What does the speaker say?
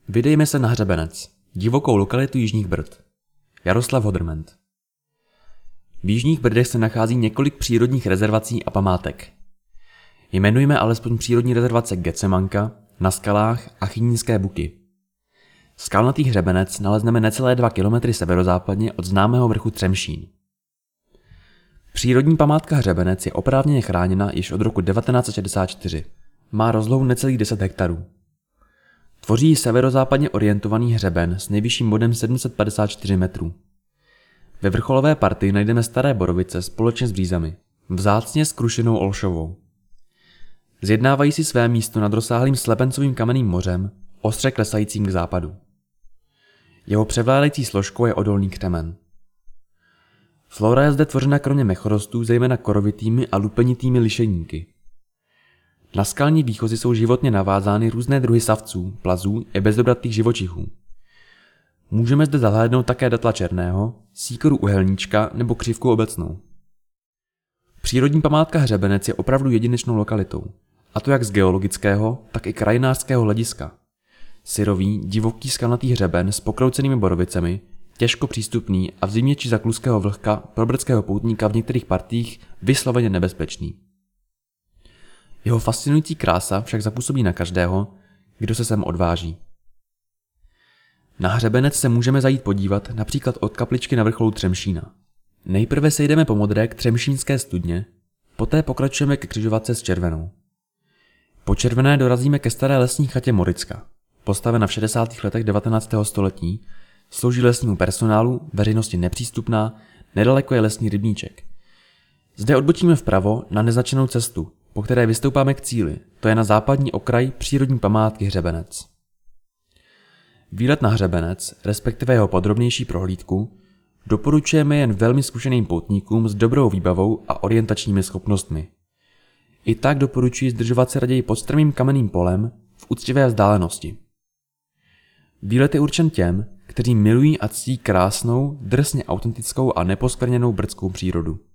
Vydejme se na Hřebenec, divokou lokalitu Jižních Brd. Jaroslav Hodrment. V Jižních Brdech se nachází několik přírodních rezervací a památek. Jmenujme alespoň přírodní rezervace Gecemanka, Na skalách a Chynínské Buky. Skalnatý Hřebenec nalezneme necelé 2 kilometry severozápadně od známého vrchu Třemšín. Přírodní památka Hřebenec je oprávněně chráněna již od roku 1964. Má rozlohu necelých 10 hektarů. Tvoří ji severozápadně orientovaný hřeben s nejvyšším bodem 754 metrů. Ve vrcholové partii najdeme staré borovice společně s břízami, vzácně s krušenou olšovou. Zjednávají si své místo nad rozsáhlým slepencovým kamenným mořem, ostře klesajícím k západu. Jeho převládající složkou je odolný křemen. Flora je zde tvořena kromě mechorostů zejména korovitými a lupenitými lišejníky. Na skalní výchozy jsou životně navázány různé druhy savců, plazů i bezdobratých živočichů. Můžeme zde zahlédnout také datla černého, síkoru uhelníčka nebo křivku obecnou. Přírodní památka Hřebenec je opravdu jedinečnou lokalitou, a to jak z geologického, tak i krajinářského hlediska. Syrový, divoký skalnatý hřeben s pokroucenými borovicemi, těžko přístupný a v zimě či za kluzkého vlhka pro brdského poutníka v některých partiích vysloveně nebezpečný. Jeho fascinující krása však zapůsobí na každého, kdo se sem odváží. Na Hřebenec se můžeme zajít podívat například od kapličky na vrcholu Třemšína. Nejprve se jdeme po modré k Třemšínské studně, poté pokračujeme ke křižovatce s Červenou. Po Červené dorazíme ke staré lesní chatě Moricka, postavena v 60. letech 19. století, slouží lesnímu personálu, veřejnosti nepřístupná, nedaleko je lesní rybníček. Zde odbočíme vpravo na neznačenou cestu, po které vystoupáme k cíli, to je na západní okraj přírodní památky Hřebenec. Výlet na Hřebenec, respektive jeho podrobnější prohlídku, doporučujeme jen velmi zkušeným poutníkům s dobrou výbavou a orientačními schopnostmi. I tak doporučuji zdržovat se raději pod strmým kamenným polem v úctivé vzdálenosti. Výlet je určen těm, kteří milují a ctí krásnou, drsně autentickou a neposkvrněnou brdskou přírodu.